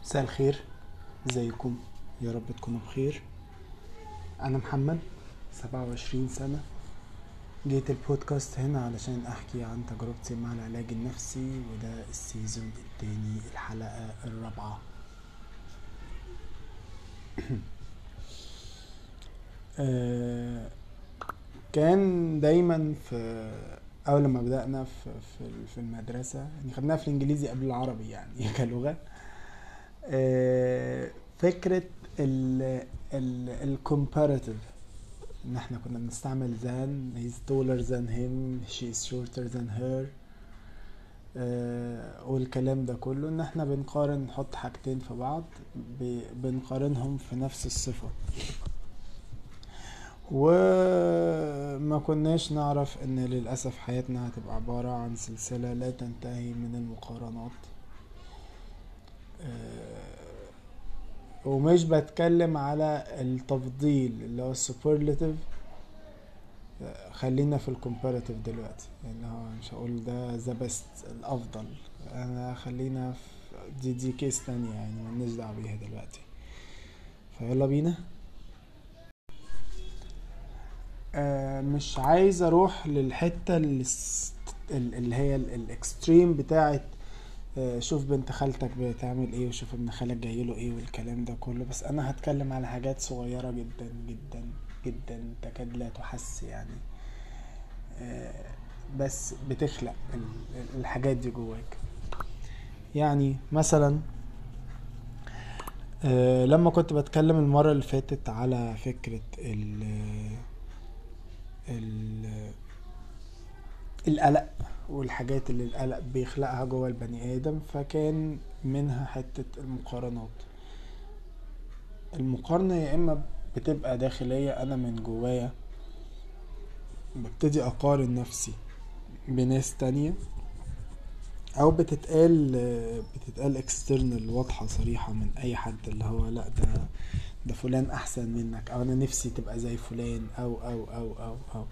مساء الخير. ازيكم؟ يا رب تكونوا بخير. انا محمد، 27 سنة. جيت البودكاست هنا علشان احكي عن تجربتي مع العلاج النفسي، وده السيزون التاني، الحلقة الرابعة. آه، كان دايما في اول ما بدأنا في المدرسة، يعني خدناها في الانجليزي قبل العربي يعني كلغة. فكرة الكومباراتيف، ان احنا كنا بنستعمل than. he's taller than him, she is shorter than her. والكلام ده كله ان احنا بنقارن، نحط حاجتين في بعض، بنقارنهم في نفس الصفة، وما كناش نعرف ان للأسف حياتنا هتبقى عبارة عن سلسلة لا تنتهي من المقارنات. ومش بتكلم على التفضيل اللي هو السوبرلاتيف، خلينا في الكومباراتيف دلوقتي. يعني هو مش هقول ده ذا بيست الافضل، انا خلينا في دي كيس تانية، يعني مالناش دعوه بيها دلوقتي. فيلا بينا. مش عايز اروح للحته اللي هي الاكستريم بتاعت شوف بنت خالتك بتعمل ايه وشوف ابن خالك جايله ايه والكلام ده كله. بس انا هتكلم على حاجات صغيره جدا جدا جدا، تكاد لا تحس يعني. بس بتخلق الحاجات دي جواك. يعني مثلا لما كنت بتكلم المرة اللي فاتت على فكرة ال القلق والحاجات اللي القلق بيخلقها جوه البني آدم، فكان منها حتة المقارنات. المقارنة يا إما بتبقى داخلية، أنا من جوايا ببتدي أقارن نفسي بناس تانية، او بتتقال اكسترنال، واضحة صريحة من اي حد، اللي هو لا ده فلان احسن منك، او انا نفسي تبقى زي فلان، او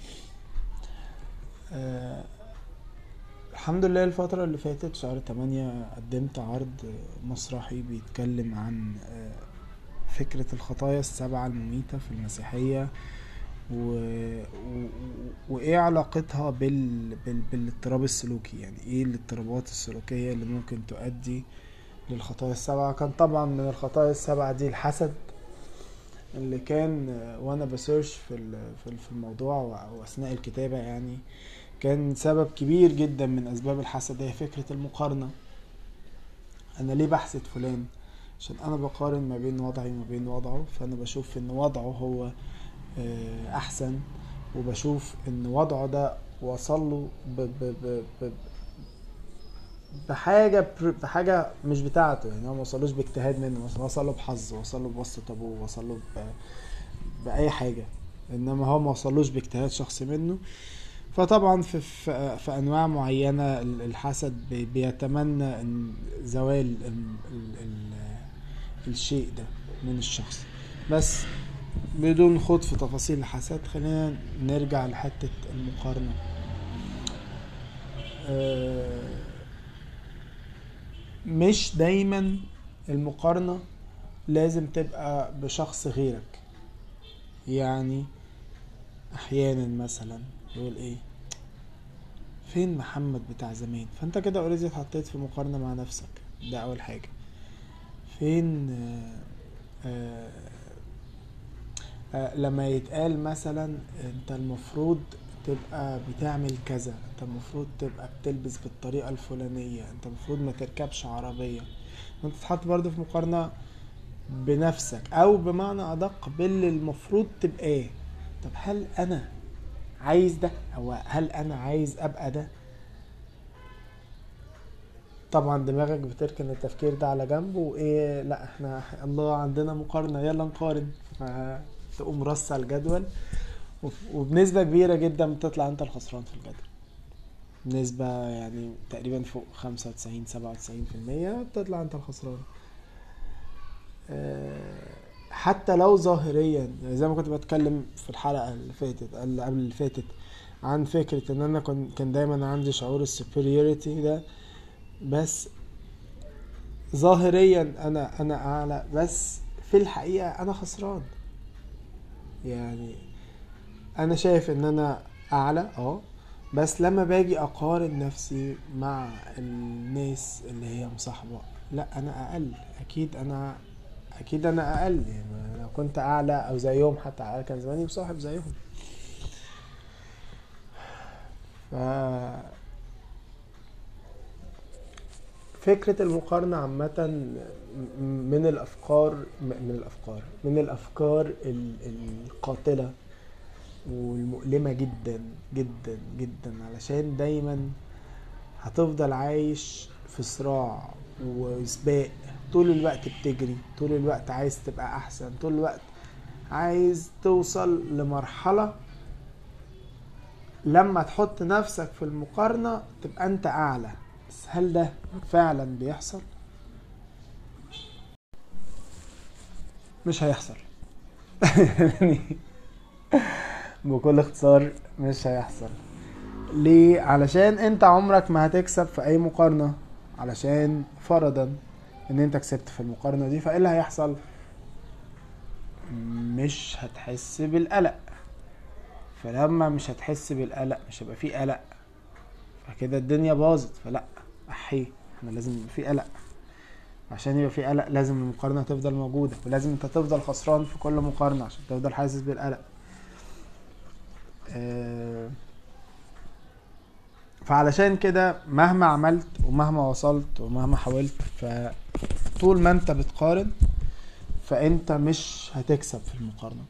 أه الحمد لله الفترة اللي فاتت شهر 8 قدمت عرض مسرحي بيتكلم عن فكرة الخطايا السبعة المميتة في المسيحية، و... و... وايه علاقتها بالاضطراب السلوكي. يعني ايه الاضطرابات السلوكية اللي ممكن تؤدي للخطايا السبعة. كان طبعا من الخطايا السبعة دي الحسد، اللي كان وانا بسيرش في الموضوع واثناء الكتابة، يعني كان سبب كبير جدا من اسباب الحسد هي فكرة المقارنة. انا ليه بحسد فلان؟ عشان انا بقارن ما بين وضعي وما بين وضعه، فانا بشوف ان وضعه هو احسن، وبشوف ان وضعه ده وصله بحاجة مش بتاعته. يعني هو ما وصلوش باجتهاد منه، مثلا وصله بحظ، وصله بواسطة ابوه، وصله بأي حاجة، انما هو ما وصلوش باجتهاد شخصي منه. فطبعا في انواع معينة الحسد بيتمنى ان زوال الشيء ده من الشخص. بس بدون خوض في تفاصيل الحسد، خلينا نرجع لحتة المقارنة. مش دايما المقارنة لازم تبقى بشخص غيرك. يعني احيانا مثلا يقول ايه، فين محمد بتاع زمان؟ فانت كده اوريدي اتحطيت في مقارنة مع نفسك. ده اول حاجة. فين آه لما يتقال مثلا انت المفروض تبقى بتعمل كذا، انت المفروض تبقى بتلبس بالطريقة الفلانية، انت المفروض ما تركبش عربية، انت تتحط برضه في مقارنة بنفسك، او بمعنى ادق باللي المفروض تبقى ايه. طب هل انا عايز ده؟ او هل انا عايز ابقى ده؟ طبعا دماغك بتركن التفكير ده على جنب، وايه، لا احنا الله عندنا مقارنة، يلا نقارن. فتقوم رص على الجدول، وبنسبة كبيرة جدا بتطلع انت الخسران في الجدول. نسبة يعني تقريبا فوق 95-97% بتطلع انت الخسران. حتى لو ظاهريا، يعني زي ما كنت بتكلم في الحلقة اللي فاتت اللي قبل اللي فاتت عن فكرة ان انا كان دايما عندي شعور السوبريوريتي ده. بس ظاهريا انا اعلى، بس في الحقيقة انا خسران. يعني انا شايف ان انا اعلى، بس لما باجي اقارن نفسي مع الناس اللي هي مصاحبة، لا انا اقل. اكيد انا اقل. يعني لو كنت اعلى او زيهم حتى اقل كان زماني مصاحب زيهم. ف فكرة المقارنة عامة من الافكار القاتلة والمؤلمة جدا جدا جدا، علشان دايما هتفضل عايش في صراع وسباق. طول الوقت بتجري، طول الوقت عايز تبقى احسن، طول الوقت عايز توصل لمرحلة لما تحط نفسك في المقارنة تبقى انت اعلى. بس هل ده فعلا بيحصل؟ مش هيحصل. يعني بكل اختصار مش هيحصل. ليه؟ علشان انت عمرك ما هتكسب في اي مقارنة. علشان فرضا ان انت كسبت في المقارنة دي، فايه اللي هيحصل؟ مش هتحس بالقلق. فلما مش هتحس بالقلق مش هيبقى فيه قلق، فكده الدنيا باظت. فلا، احنا لازم يبقى فيه قلق. عشان يبقى فيه قلق لازم المقارنة تفضل موجودة، ولازم انت تفضل خسران في كل مقارنة عشان تفضل حاسس بالقلق. فعلشان كده مهما عملت ومهما وصلت ومهما حاولت، فطول ما انت بتقارن فانت مش هتكسب في المقارنة.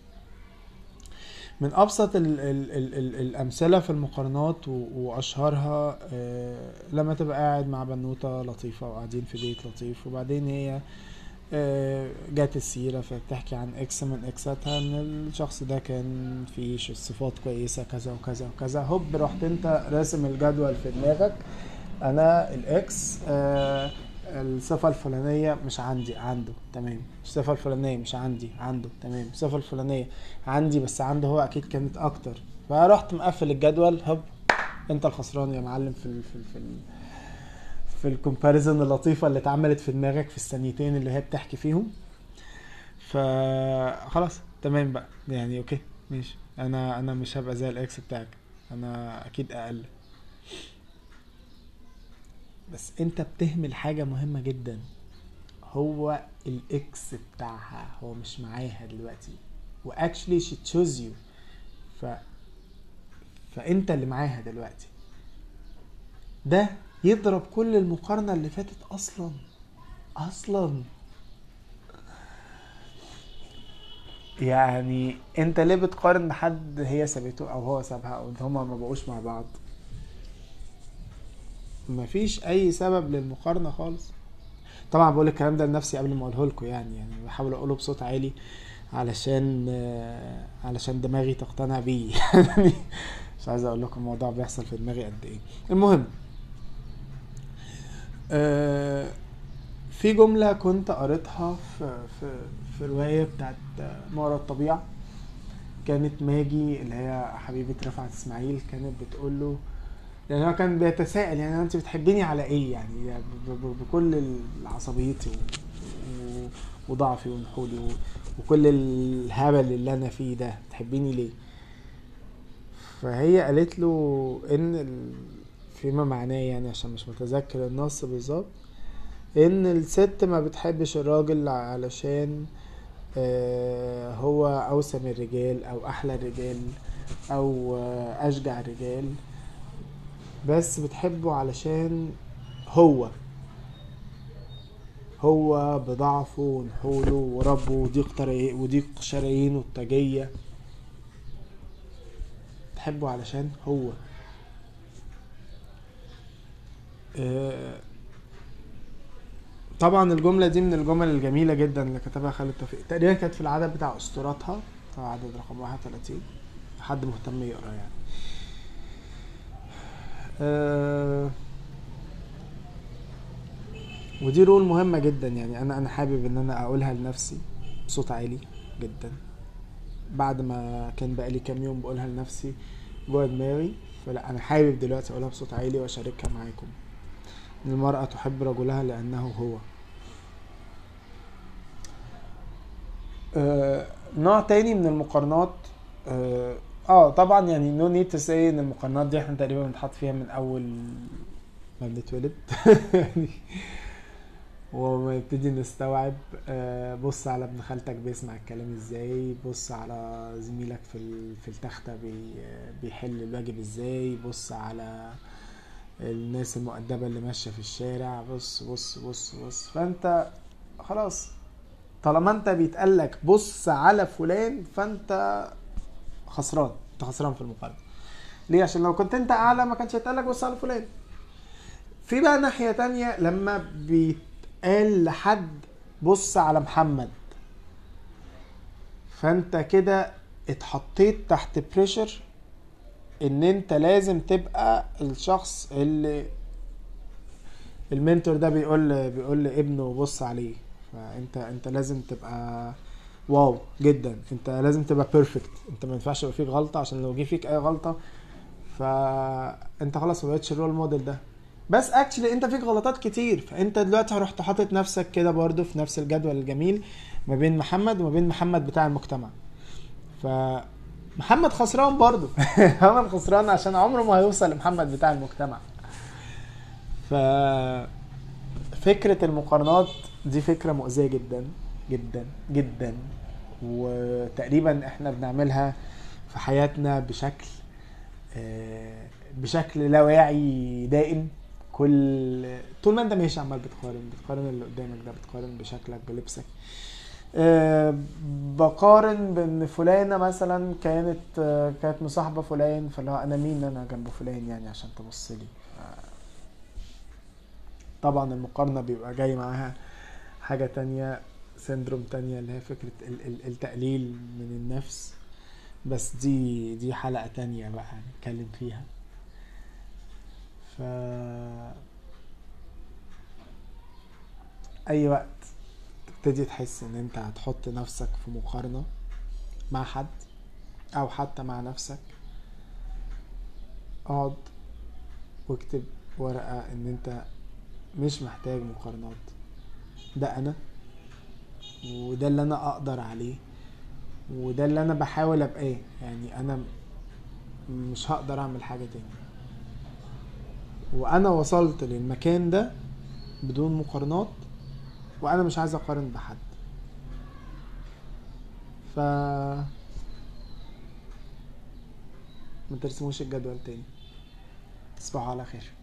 من ابسط الامثله في المقارنات واشهرها، لما تبقى قاعد مع بنوته لطيفه وقاعدين في بيت لطيف، وبعدين هي جات السيره فبتحكي عن اكس من اكساتها ان الشخص ده كان فيه صفات كويسه كذا وكذا وكذا. هوب رحت انت راسم الجدول في دماغك، انا الاكس الصفة الفلانية مش عندي، عنده، تمام. الصفة الفلانية مش عندي، عنده، تمام. الصفة الفلانية عندي بس عنده هو اكيد كانت اكتر. فرحت مقفل الجدول، هوب انت الخسران يا معلم في الكومباريزن اللطيفة اللي اتعملت في دماغك في الثانيتين اللي هي بتحكي فيهم. فخلاص تمام بقى، يعني اوكي ماشي، انا مش هبقى زي الاكس بتاعك، انا اكيد اقل. بس انت بتهمل حاجة مهمة جدا، هو الاكس بتاعها هو مش معاها دلوقتي، واكشلي she chose you. ف... فانت اللي معاها دلوقتي. ده يضرب كل المقارنة اللي فاتت اصلا. يعني انت ليه بتقارن بحد هي سابته او هو سابها او ان هما ما بقوش مع بعض؟ مفيش اي سبب للمقارنة خالص. طبعا بقول الكلام ده لنفسي قبل ما اقوله لكم، يعني بحاول اقوله بصوت عالي علشان دماغي تقتنع بيه. يعني مش عايز اقول لكم الموضوع بيحصل في دماغي قد ايه. المهم، في جملة كنت قريتها في رواية بتاعت ما وراء الطبيعة. كانت ماجي اللي هي حبيبة رفعت اسماعيل كانت بتقول له، يعني هو كان بيتساءل يعني انت بتحبيني على ايه، يعني بكل عصبيتي وضعفي ونحولي وكل الهبل اللي انا فيه ده تحبيني ليه؟ فهي قالت له ان فيما معناه، يعني عشان مش متذكر النص بالظبط، ان الست ما بتحبش الراجل علشان هو اوسم الرجال او احلى الرجال او اشجع الرجال، بس بتحبه علشان هو بضعفه ونحوله وربه وضيق شرايينه التاجية. تحبه علشان هو. طبعا الجملة دي من الجمل الجميلة جدا اللي كتبها خالد توفيق، تقريبا كانت في العدد بتاع اسطوراتها، عدد رقم 31، حد مهتم يقرا يعني. ودي رول مهمة جدا، يعني انا حابب ان انا اقولها لنفسي بصوت عالي جدا، بعد ما كان بقالي كام يوم بقولها لنفسي جوه دماغي. فلا، انا حابب دلوقتي اقولها بصوت عالي واشاركها معاكم. ان المرأة تحب رجلها لانه هو. نوع تاني من المقارنات، طبعا يعني نو نيد تو سي ان المقارنات دي احنا تقريبا بنتحط فيها من اول ما بنتولد يعني وما نبتدي نستوعب. بص على ابن خالتك بيسمع الكلام ازاي، بص على زميلك في التختة بيحل الواجب ازاي، بص على الناس المؤدبة اللي ماشية في الشارع، بص بص بص بص. فانت خلاص طالما انت بيتقالك بص على فلان فانت خسران، انت خسران في المقارنة. ليه؟ عشان لو كنت انت اعلى ما كانش هيتقالك بص على فلان. في بقى ناحية تانية لما بيتقال لحد بص على محمد، فانت كده اتحطيت تحت بريشر ان انت لازم تبقى الشخص اللي المنتور ده بيقول لابنه بص عليه. فانت لازم تبقى واو جدا، انت لازم تبقى بيرفكت، انت ما ينفعش يبقى فيك غلطة، عشان لو جه فيك اي غلطة فانت خلاص ما بقتش الرول موديل ده. بس اكشلي انت فيك غلطات كتير، فانت دلوقتي هروح حاطط نفسك كده برضو في نفس الجدول الجميل ما بين محمد وما بين محمد بتاع المجتمع. فمحمد خسران برضو محمد خسران عشان عمره ما هيوصل لمحمد بتاع المجتمع. ففكرة المقارنات دي فكرة مؤذية جدا جدا جدا، وتقريبا احنا بنعملها في حياتنا بشكل لا واعي دائم. طول ما انت ماشي عمال بتقارن اللي قدامك ده، بتقارن بشكلك بلبسك. بقارن بان فلانة مثلا كانت مصاحبة فلان، فاللي هو انا مين انا جنب فلان يعني عشان تبص لي. طبعا المقارنة بيبقى جاي معاها حاجة تانية، سندروم تانية، اللي هي فكرة التقليل من النفس. بس دي حلقة تانية بقى نتكلم فيها. ف اي وقت تبتدي تحس ان انت هتحط نفسك في مقارنة مع حد او حتى مع نفسك، اقعد واكتب ورقة ان انت مش محتاج مقارنات، ده انا، وده اللي انا اقدر عليه، وده اللي انا بحاول ابقى ايه. يعني انا مش هقدر اعمل حاجة تاني، وانا وصلت للمكان ده بدون مقارنات، وانا مش عايز اقارن بحد. ف ما ترسموش الجدول تاني. تصبحوا على خير.